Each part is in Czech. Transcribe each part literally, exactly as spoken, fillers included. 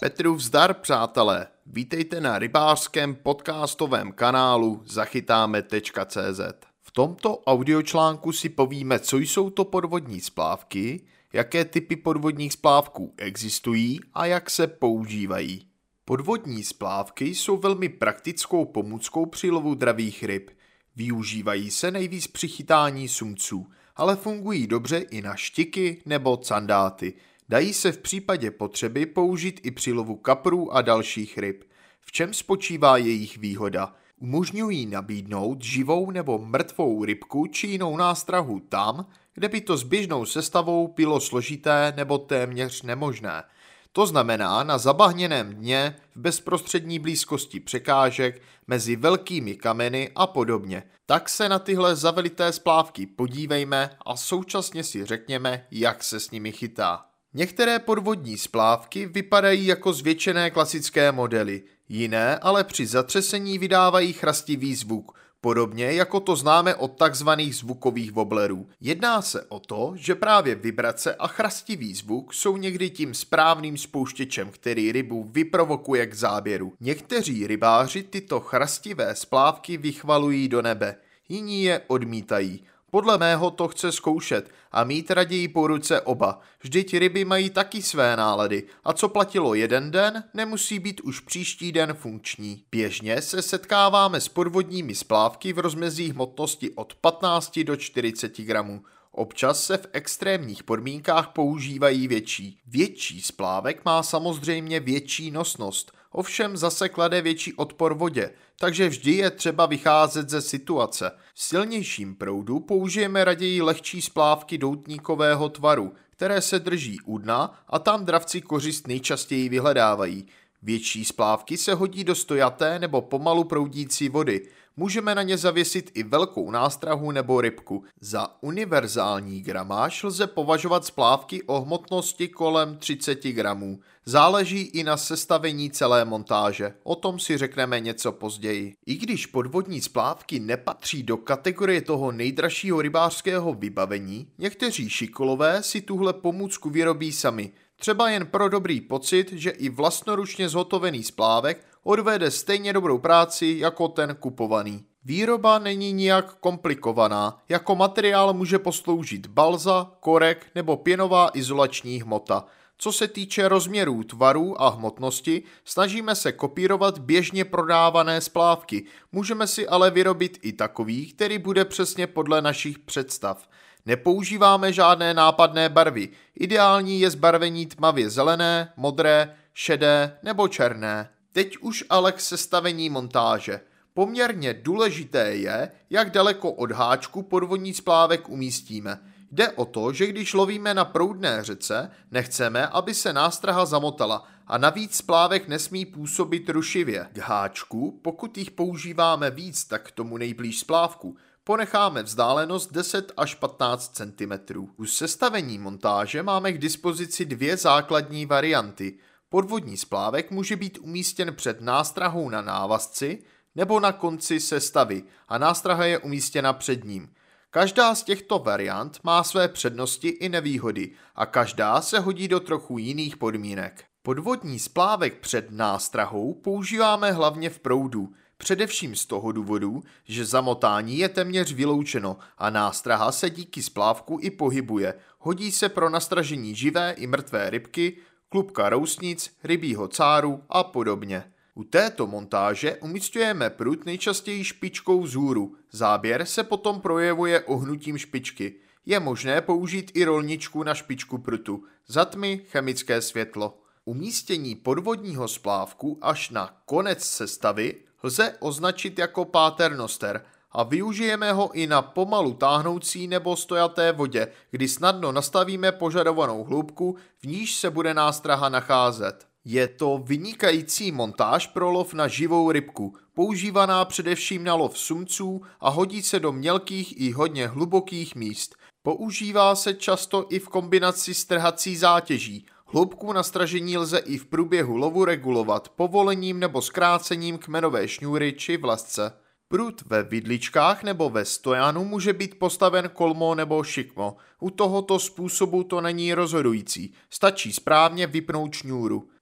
Petrův zdar, přátelé, vítejte na rybářském podcastovém kanálu zachytáme tečka cé zet. V tomto audiočlánku si povíme, co jsou to podvodní splávky, jaké typy podvodních splávků existují a jak se používají. Podvodní splávky jsou velmi praktickou pomůckou při lovu dravých ryb. Využívají se nejvíc při chytání sumců, ale fungují dobře i na štiky nebo candáty. Dají se v případě potřeby použít i při lovu kaprů a dalších ryb. V čem spočívá jejich výhoda? Umožňují nabídnout živou nebo mrtvou rybku či jinou nástrahu tam, kde by to s běžnou sestavou bylo složité nebo téměř nemožné. To znamená na zabahněném dně, v bezprostřední blízkosti překážek, mezi velkými kameny a podobně. Tak se na tyhle zavelité splávky podívejme a současně si řekněme, jak se s nimi chytá. Některé podvodní splávky vypadají jako zvětšené klasické modely, jiné ale při zatřesení vydávají chrastivý zvuk, podobně jako to známe od takzvaných zvukových woblerů. Jedná se o to, že právě vibrace a chrastivý zvuk jsou někdy tím správným spouštěčem, který rybu vyprovokuje k záběru. Někteří rybáři tyto chrastivé splávky vychvalují do nebe, jiní je odmítají. Podle mého to chce zkoušet a mít raději po ruce oba. Vždyť ryby mají taky své nálady a co platilo jeden den, nemusí být už příští den funkční. Běžně se setkáváme s podvodními splávky v rozmezí hmotnosti od patnácti do čtyřiceti gramů. Občas se v extrémních podmínkách používají větší. Větší splávek má samozřejmě větší nosnost, ovšem zase klade větší odpor vodě, takže vždy je třeba vycházet ze situace. V silnějším proudu použijeme raději lehčí splávky doutníkového tvaru, které se drží u dna a tam dravci kořist nejčastěji vyhledávají. Větší splávky se hodí do stojaté nebo pomalu proudící vody. Můžeme na ně zavěsit i velkou nástrahu nebo rybku. Za univerzální gramáž lze považovat splávky o hmotnosti kolem třicet gramů. Záleží i na sestavení celé montáže, o tom si řekneme něco později. I když podvodní splávky nepatří do kategorie toho nejdražšího rybářského vybavení, někteří šikulové si tuhle pomůcku vyrobí sami. Třeba jen pro dobrý pocit, že i vlastnoručně zhotovený splávek odvede stejně dobrou práci jako ten kupovaný. Výroba není nijak komplikovaná, jako materiál může posloužit balza, korek nebo pěnová izolační hmota. Co se týče rozměrů, tvarů a hmotnosti, snažíme se kopírovat běžně prodávané splávky, můžeme si ale vyrobit i takový, který bude přesně podle našich představ. Nepoužíváme žádné nápadné barvy, ideální je zbarvení tmavě zelené, modré, šedé nebo černé. Teď už ale k sestavení montáže. Poměrně důležité je, jak daleko od háčku podvodní splávek umístíme. Jde o to, že když lovíme na proudné řece, nechceme, aby se nástraha zamotala a navíc splávek nesmí působit rušivě. K háčku, pokud jich používáme víc, tak k tomu nejblíž splávku, ponecháme vzdálenost deset až patnáct centimetrů. U sestavení montáže máme k dispozici dvě základní varianty. Podvodní splávek může být umístěn před nástrahou na návazci nebo na konci sestavy a nástraha je umístěna před ním. Každá z těchto variant má své přednosti i nevýhody a každá se hodí do trochu jiných podmínek. Podvodní splávek před nástrahou používáme hlavně v proudu, především z toho důvodu, že zamotání je téměř vyloučeno a nástraha se díky splávku i pohybuje. Hodí se pro nastražení živé i mrtvé rybky, klubka rousnic, rybího cáru a podobně. U této montáže umísťujeme prut nejčastěji špičkou vzhůru. Záběr se potom projevuje ohnutím špičky. Je možné použít i rolničku na špičku prutu. Za tmy chemické světlo. Umístění podvodního splávku až na konec sestavy lze označit jako paternoster a využijeme ho i na pomalu táhnoucí nebo stojaté vodě, kdy snadno nastavíme požadovanou hloubku, v níž se bude nástraha nacházet. Je to vynikající montáž pro lov na živou rybku, používaná především na lov sumců a hodí se do mělkých i hodně hlubokých míst. Používá se často i v kombinaci s trhací zátěží. Hloubku nastražení lze i v průběhu lovu regulovat povolením nebo zkrácením kmenové šňůry či vlasce. Prut ve vidličkách nebo ve stojanu může být postaven kolmo nebo šikmo. U tohoto způsobu to není rozhodující, stačí správně vypnout šňůru.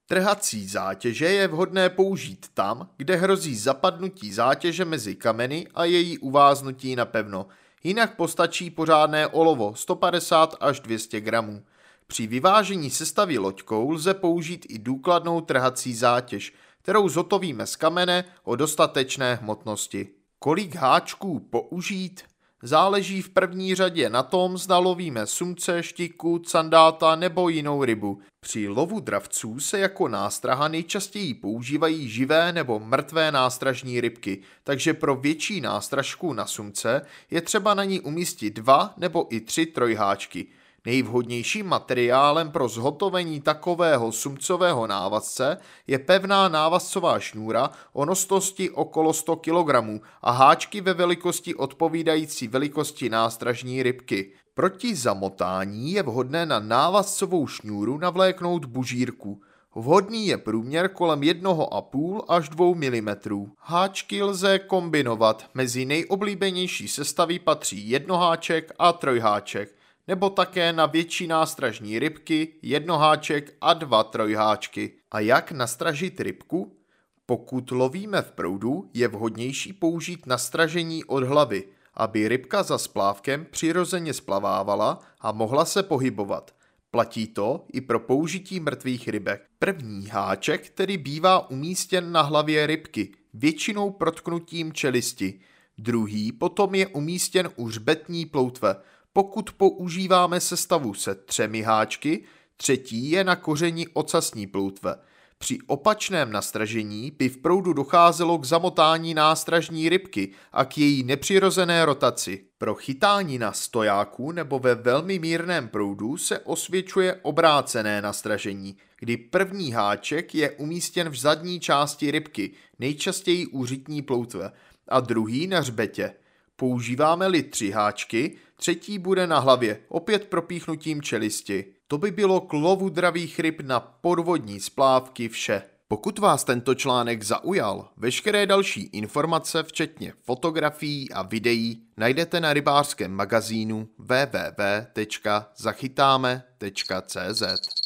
Trhací zátěže je vhodné použít tam, kde hrozí zapadnutí zátěže mezi kameny a její uváznutí napevno. Jinak postačí pořádné olovo sto padesát až dvě stě gramů. Při vyvážení sestavy loďkou lze použít i důkladnou trhací zátěž, kterou zhotovíme z kamene o dostatečné hmotnosti. Kolik háčků použít? Záleží v první řadě na tom, zda lovíme sumce, štiku, candáta nebo jinou rybu. Při lovu dravců se jako nástraha nejčastěji používají živé nebo mrtvé nástražní rybky, takže pro větší nástražku na sumce je třeba na ní umístit dva nebo i tři trojháčky. Nejvhodnějším materiálem pro zhotovení takového sumcového návazce je pevná návazcová šňůra o nosnosti okolo sto kilogramů a háčky ve velikosti odpovídající velikosti nástražní rybky. Proti zamotání je vhodné na návazcovou šňůru navléknout bužírku. Vhodný je průměr kolem jednoho a půl až dvou milimetrů. Háčky lze kombinovat, mezi nejoblíbenější sestavy patří jednoháček a trojháček, nebo také na větší nástražní rybky, jednoháček a dva trojháčky. A jak nastražit rybku? Pokud lovíme v proudu, je vhodnější použít nastražení od hlavy, aby rybka za splávkem přirozeně splavávala a mohla se pohybovat. Platí to i pro použití mrtvých rybek. První háček, který bývá umístěn na hlavě rybky, většinou protknutím čelisti. Druhý potom je umístěn u hřbetní ploutve. Pokud používáme sestavu se třemi háčky, třetí je na kořeni ocasní ploutve. Při opačném nastražení by v proudu docházelo k zamotání nástražní rybky a k její nepřirozené rotaci. Pro chytání na stojáku nebo ve velmi mírném proudu se osvědčuje obrácené nastražení, kdy první háček je umístěn v zadní části rybky, nejčastěji u řitní ploutve, a druhý na hřbetě. Používáme-li tři háčky, třetí bude na hlavě, opět propíchnutím čelisti. To by bylo k lovu dravých ryb na podvodní splávky vše. Pokud vás tento článek zaujal, veškeré další informace, včetně fotografií a videí, najdete na rybářském magazínu w w w tečka zachytáme tečka cé zet.